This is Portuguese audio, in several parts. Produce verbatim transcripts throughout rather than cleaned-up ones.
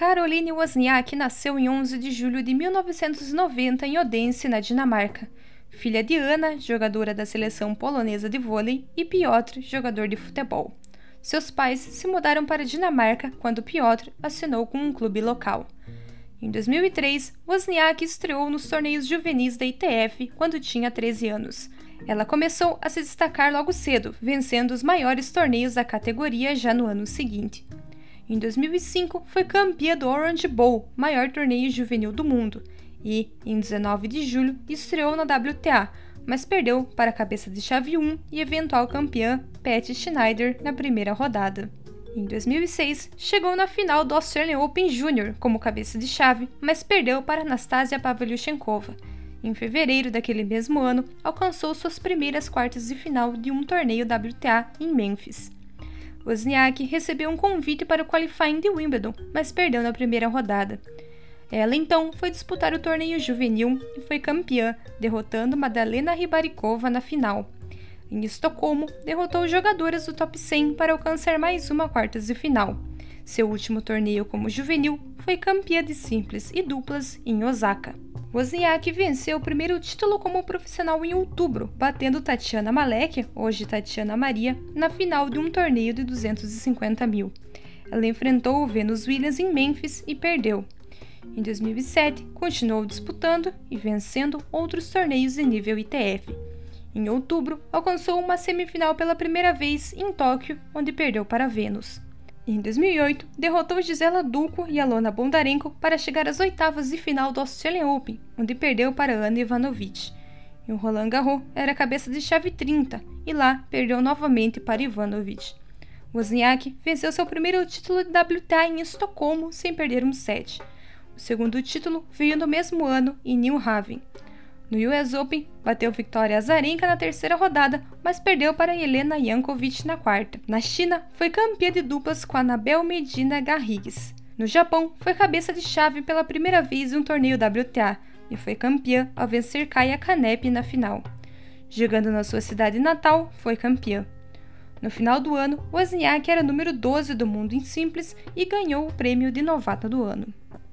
Caroline Wozniacki nasceu em onze de julho de mil novecentos e noventa em Odense, na Dinamarca. Filha de Anna, jogadora da seleção polonesa de vôlei, e Piotr, jogador de futebol. Seus pais se mudaram para a Dinamarca quando Piotr assinou com um clube local. Em dois mil e três, Wozniacki estreou nos torneios juvenis da I T F quando tinha treze anos. Ela começou a se destacar logo cedo, vencendo os maiores torneios da categoria já no ano seguinte. Em dois mil e cinco, foi campeã do Orange Bowl, maior torneio juvenil do mundo, e, em dezenove de julho, estreou na W T A, mas perdeu para a cabeça de chave um e eventual campeã Pat Schneider na primeira rodada. Em dois mil e seis, chegou na final do Australian Open Júnior como cabeça de chave, mas perdeu para Anastasia Pavlyuchenkova. Em fevereiro daquele mesmo ano, alcançou suas primeiras quartas de final de um torneio W T A em Memphis. Wozniacki recebeu um convite para o qualifying de Wimbledon, mas perdeu na primeira rodada. Ela então foi disputar o torneio juvenil e foi campeã, derrotando Madalena Rybarikova na final. Em Estocolmo, derrotou jogadoras do top cem para alcançar mais uma quartas de final. Seu último torneio como juvenil foi campeã de simples e duplas em Osaka. Wozniacki venceu o primeiro título como profissional em outubro, batendo Tatiana Malek, hoje Tatiana Maria, na final de um torneio de duzentos e cinquenta mil. Ela enfrentou Venus Williams em Memphis e perdeu. Em dois mil e sete, continuou disputando e vencendo outros torneios de nível I T F. Em outubro, alcançou uma semifinal pela primeira vez em Tóquio, onde perdeu para Venus. Em dois mil e oito, derrotou Gisela Dulko e Alona Bondarenko para chegar às oitavas de final do Australian Open, onde perdeu para Ana Ivanovic. Em Roland Garros, era cabeça de chave trinta, e lá perdeu novamente para Ivanovic. Wozniacki venceu seu primeiro título de W T A em Estocolmo sem perder um set. O segundo título veio no mesmo ano em New Haven. No U S Open, bateu Victoria Azarenka na terceira rodada, mas perdeu para Jelena Jankovic na quarta. Na China, foi campeã de duplas com Anabel Medina Garrigues. No Japão, foi cabeça de chave pela primeira vez em um torneio W T A e foi campeã ao vencer Kaya Kanepi na final. Jogando na sua cidade natal, foi campeã. No final do ano, Wozniacki era número doze do mundo em simples e ganhou o prêmio de novata do ano.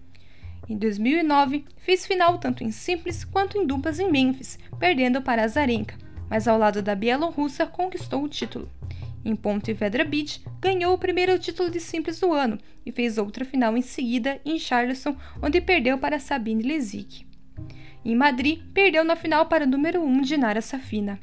Em dois mil e nove, fez final tanto em simples quanto em duplas em Memphis, perdendo para Azarenka, mas ao lado da bielorrussa conquistou o título. Em Pontevedra Beach, ganhou o primeiro título de simples do ano e fez outra final em seguida em Charleston, onde perdeu para Sabine Lisicki. Em Madrid, perdeu na final para o número um de Nara Safina.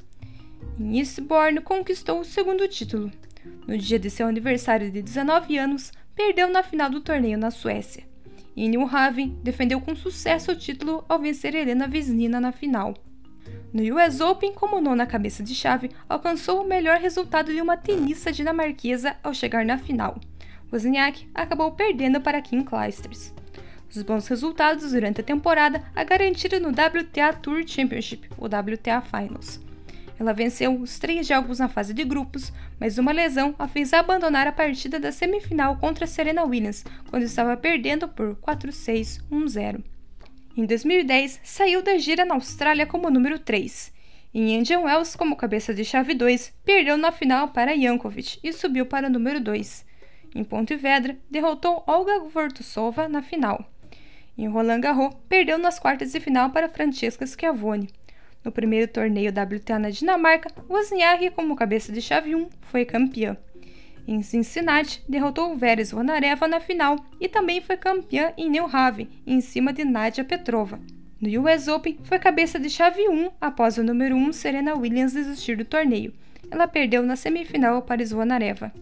Em Eastbourne, conquistou o segundo título. No dia de seu aniversário de dezenove anos, perdeu na final do torneio na Suécia. Em New Haven, defendeu com sucesso o título ao vencer Helena Vesnina na final. No U S Open, como nona cabeça de chave, alcançou o melhor resultado de uma tenista dinamarquesa ao chegar na final. Wozniacki acabou perdendo para Kim Clijsters. Os bons resultados durante a temporada a garantiram no W T A Tour Championship, o W T A Finals. Ela venceu os três jogos na fase de grupos, mas uma lesão a fez abandonar a partida da semifinal contra Serena Williams, quando estava perdendo por quatro a seis, um a zero. Em dois mil e dez, saiu da gira na Austrália como número três. Em Indian Wells, como cabeça de chave dois, perdeu na final para Jankovic e subiu para o número dois. Em Pontevedra, derrotou Olga Vortusova na final. Em Roland Garros, perdeu nas quartas de final para Francesca Schiavone. No primeiro torneio W T A na Dinamarca, Wozniacki, como cabeça de chave um, foi campeã. Em Cincinnati, derrotou Veres Vonareva na final e também foi campeã em New Haven, em cima de Nadia Petrova. No U S Open, foi cabeça de chave um após o número um Serena Williams desistir do torneio. Ela perdeu na semifinal para Zvonareva.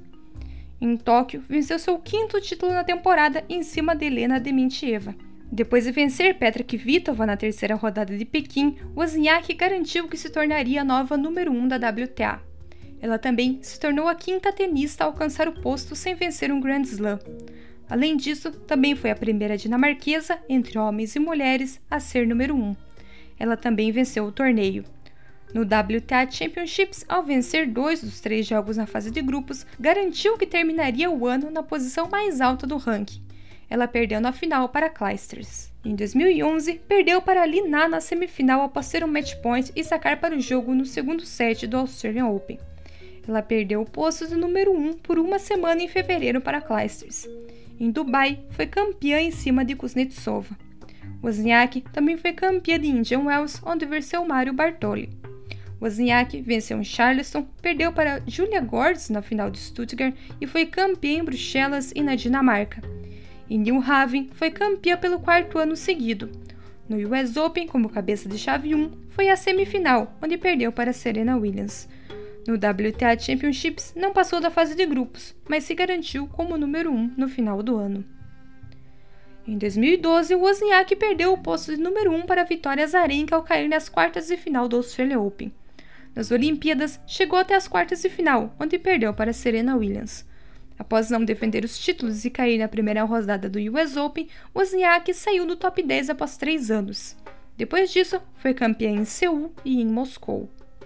Em Tóquio, venceu seu quinto título na temporada em cima de Helena Dementieva. Depois de vencer Petra Kvitova na terceira rodada de Pequim, Wozniacki garantiu que se tornaria a nova número um da W T A. Ela também se tornou a quinta tenista a alcançar o posto sem vencer um Grand Slam. Além disso, também foi a primeira dinamarquesa, entre homens e mulheres, a ser número um. Ela também venceu o torneio. No W T A Championships, ao vencer dois dos três jogos na fase de grupos, garantiu que terminaria o ano na posição mais alta do ranking. Ela perdeu na final para Clijsters. Em dois mil e onze, perdeu para Li Na na semifinal após ter um match point e sacar para o jogo no segundo set do Australian Open. Ela perdeu o posto de número um por uma semana em fevereiro para Clijsters. Em Dubai, foi campeã em cima de Kuznetsova. Wozniacki também foi campeã de Indian Wells, onde venceu Mário Bartoli. Wozniacki venceu em Charleston, perdeu para Julia Gordes na final de Stuttgart e foi campeã em Bruxelas e na Dinamarca. Em New Haven, foi campeã pelo quarto ano seguido. No U S Open, como cabeça de chave um, foi a semifinal, onde perdeu para Serena Williams. No W T A Championships, não passou da fase de grupos, mas se garantiu como número um no final do ano. Em dois mil e doze, Wozniacki perdeu o posto de número um para Victoria Azarenka ao cair nas quartas de final do Australia Open. Nas Olimpíadas, chegou até as quartas de final, onde perdeu para Serena Williams. Após não defender os títulos e cair na primeira rodada do U S Open, Wozniacki saiu do top dez após três anos. Depois disso, foi campeã em Seul e em Moscou.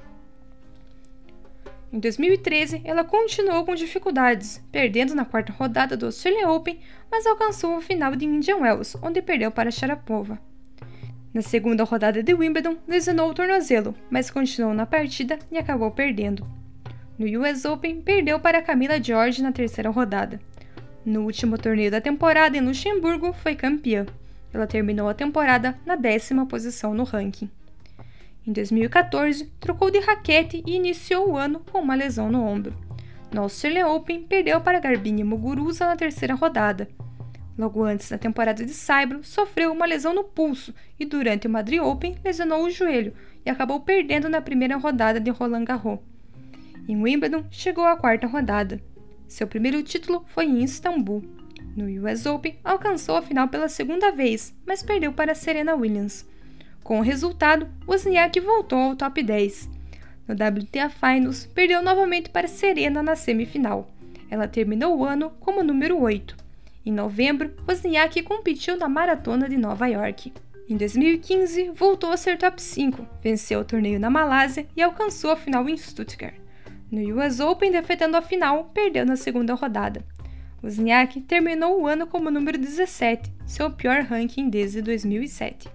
Em dois mil e treze, ela continuou com dificuldades, perdendo na quarta rodada do Australia Open, mas alcançou a final de Indian Wells, onde perdeu para Sharapova. Na segunda rodada de Wimbledon, lesionou o tornozelo, mas continuou na partida e acabou perdendo. No U S Open, perdeu para Camila Giorgi na terceira rodada. No último torneio da temporada em Luxemburgo, foi campeã. Ela terminou a temporada na décima posição no ranking. Em dois mil e quatorze, trocou de raquete e iniciou o ano com uma lesão no ombro. No Australia Open, perdeu para Garbiñe Muguruza na terceira rodada. Logo antes da temporada de Saibro, sofreu uma lesão no pulso e durante o Madrid Open lesionou o joelho e acabou perdendo na primeira rodada de Roland Garros. Em Wimbledon, chegou à quarta rodada. Seu primeiro título foi em Istambul. No U S Open, alcançou a final pela segunda vez, mas perdeu para Serena Williams. Com o resultado, Wozniacki voltou ao top dez. No W T A Finals, perdeu novamente para Serena na semifinal. Ela terminou o ano como número oito. Em novembro, Wozniacki competiu na Maratona de Nova York. Em dois mil e quinze, voltou a ser top cinco, venceu o torneio na Malásia e alcançou a final em Stuttgart. No U S Open, defendendo a final, perdeu na segunda rodada. Wozniacki terminou o ano como número dezessete, seu pior ranking desde dois mil e sete.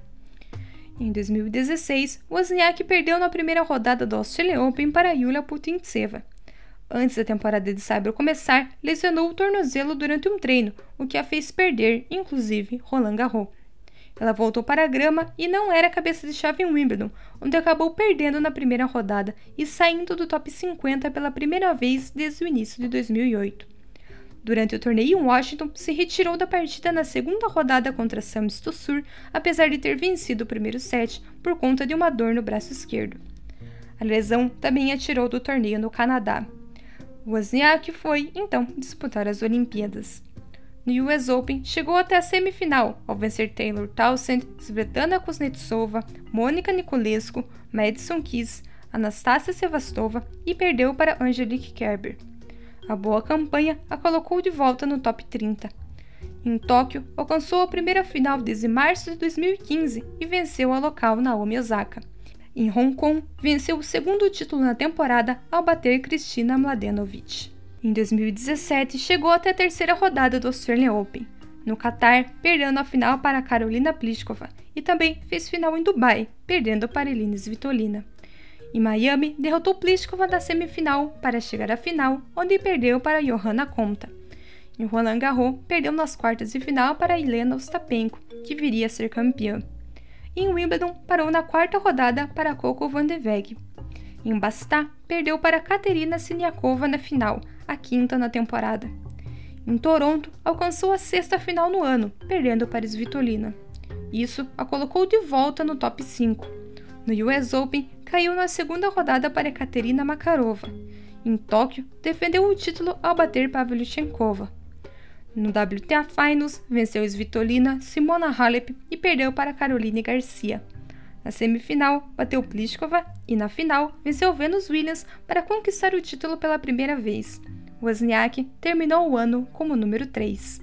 Em dois mil e dezesseis, Wozniacki perdeu na primeira rodada do Australia Open para Yulia Putintseva. Antes da temporada de Saibro começar, lesionou o tornozelo durante um treino, o que a fez perder, inclusive, Roland Garros. Ela voltou para a grama e não era cabeça de chave em Wimbledon, onde acabou perdendo na primeira rodada e saindo do top cinquenta pela primeira vez desde o início de dois mil e oito. Durante o torneio em Washington, se retirou da partida na segunda rodada contra Sam Stosur, apesar de ter vencido o primeiro set por conta de uma dor no braço esquerdo. A lesão também a tirou do torneio no Canadá. Wozniacki foi, então, disputar as Olimpíadas. No U S Open, chegou até a semifinal, ao vencer Taylor Townsend, Svetlana Kuznetsova, Mônica Niculescu, Madison Keys, Anastasia Sevastova e perdeu para Angelique Kerber. A boa campanha a colocou de volta no top trinta. Em Tóquio, alcançou a primeira final desde março de dois mil e quinze e venceu a local Naomi Osaka. Em Hong Kong, venceu o segundo título na temporada ao bater Kristina Mladenovic. Em dois mil e dezessete, chegou até a terceira rodada do Australian Open. No Catar, perdendo a final para Karolina Pliskova e também fez final em Dubai, perdendo para Elina Svitolina. Em Miami, derrotou Pliskova na semifinal para chegar à final, onde perdeu para Johanna Konta. Em Roland Garros, perdeu nas quartas de final para Helena Ostapenko, que viria a ser campeã. Em Wimbledon, parou na quarta rodada para Coco Van de Weg. Em Bastá, perdeu para Katerina Siniakova na final, a quinta na temporada. Em Toronto, alcançou a sexta final no ano, perdendo para Svitolina. Isso a colocou de volta no top cinco. No U S Open, caiu na segunda rodada para Katerina Makarova. Em Tóquio, defendeu o título ao bater Pavlyuchenkova. No W T A Finals, venceu Svitolina, Simona Halep e perdeu para Caroline Garcia. Na semifinal, bateu Pliskova e na final, venceu Venus Williams para conquistar o título pela primeira vez. Wozniacki terminou o ano como número três.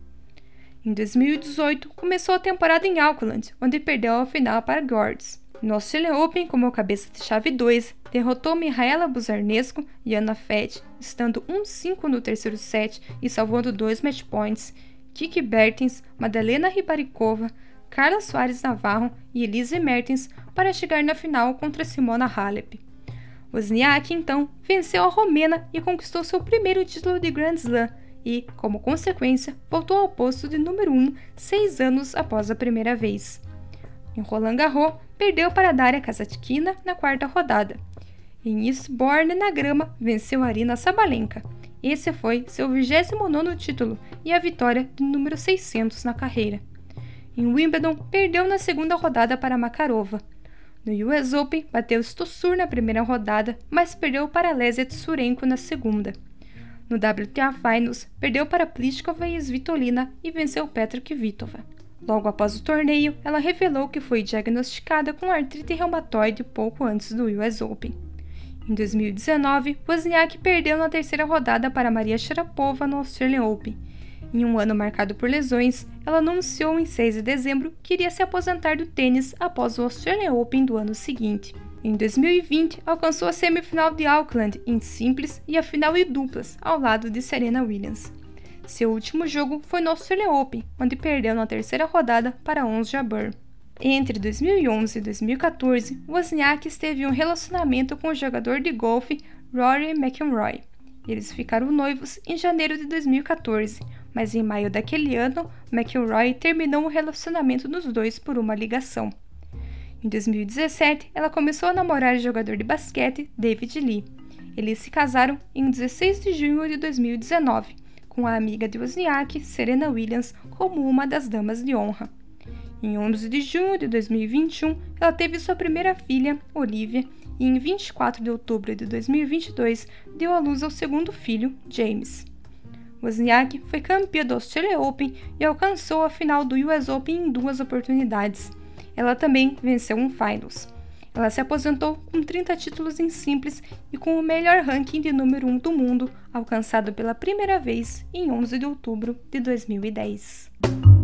Em dois mil e dezoito, começou a temporada em Auckland, onde perdeu a final para Gordes. No Australian Open, como cabeça de chave dois, derrotou Mihaela Buzarnescu e Anna Fett, estando um a cinco no terceiro set e salvando dois match points, Kiki Bertens, Madalena Ribarikova, Carla Soares Navarro e Elise Mertens para chegar na final contra Simona Halep. Wozniacki, então, venceu a romena e conquistou seu primeiro título de Grand Slam e, como consequência, voltou ao posto de número um seis anos após a primeira vez. Em Roland Garros, perdeu para Daria Kasatkina na quarta rodada. Em Eastbourne, na grama, venceu Aryna Sabalenka. Esse foi seu vigésimo nono título e a vitória de número seiscentos na carreira. Em Wimbledon, perdeu na segunda rodada para Makarova. No U S Open, bateu Stosur na primeira rodada, mas perdeu para Lesia Tsurenko na segunda. No W T A Finals, perdeu para Pliskova e Svitolina e venceu Petra Kvitova. Logo após o torneio, ela revelou que foi diagnosticada com artrite reumatoide pouco antes do U S Open. Em dois mil e dezenove, Wozniacki perdeu na terceira rodada para Maria Sharapova no Australian Open. Em um ano marcado por lesões, ela anunciou em seis de dezembro que iria se aposentar do tênis após o Australian Open do ano seguinte. Em dois mil e vinte, alcançou a semifinal de Auckland em simples e a final em duplas, ao lado de Serena Williams. Seu último jogo foi no Australian Open, onde perdeu na terceira rodada para Ons Jabeur. Entre dois mil e onze e dois mil e quatorze, Wozniacki esteve em um relacionamento com o jogador de golfe Rory McIlroy. Eles ficaram noivos em janeiro de dois mil e quatorze, mas em maio daquele ano, McIlroy terminou o relacionamento dos dois por uma ligação. Em dois mil e dezessete, ela começou a namorar o jogador de basquete David Lee. Eles se casaram em dezesseis de junho de dois mil e dezenove, com a amiga de Wozniacki, Serena Williams, como uma das damas de honra. Em onze de junho de dois mil e vinte e um, ela teve sua primeira filha, Olivia, e em vinte e quatro de outubro de dois mil e vinte e dois, deu à luz ao segundo filho, James. Wozniacki foi campeã do Australian Open e alcançou a final do U S Open em duas oportunidades. Ela também venceu um Finals. Ela se aposentou com trinta títulos em simples e com o melhor ranking de número um do mundo, alcançado pela primeira vez em onze de outubro de dois mil e dez.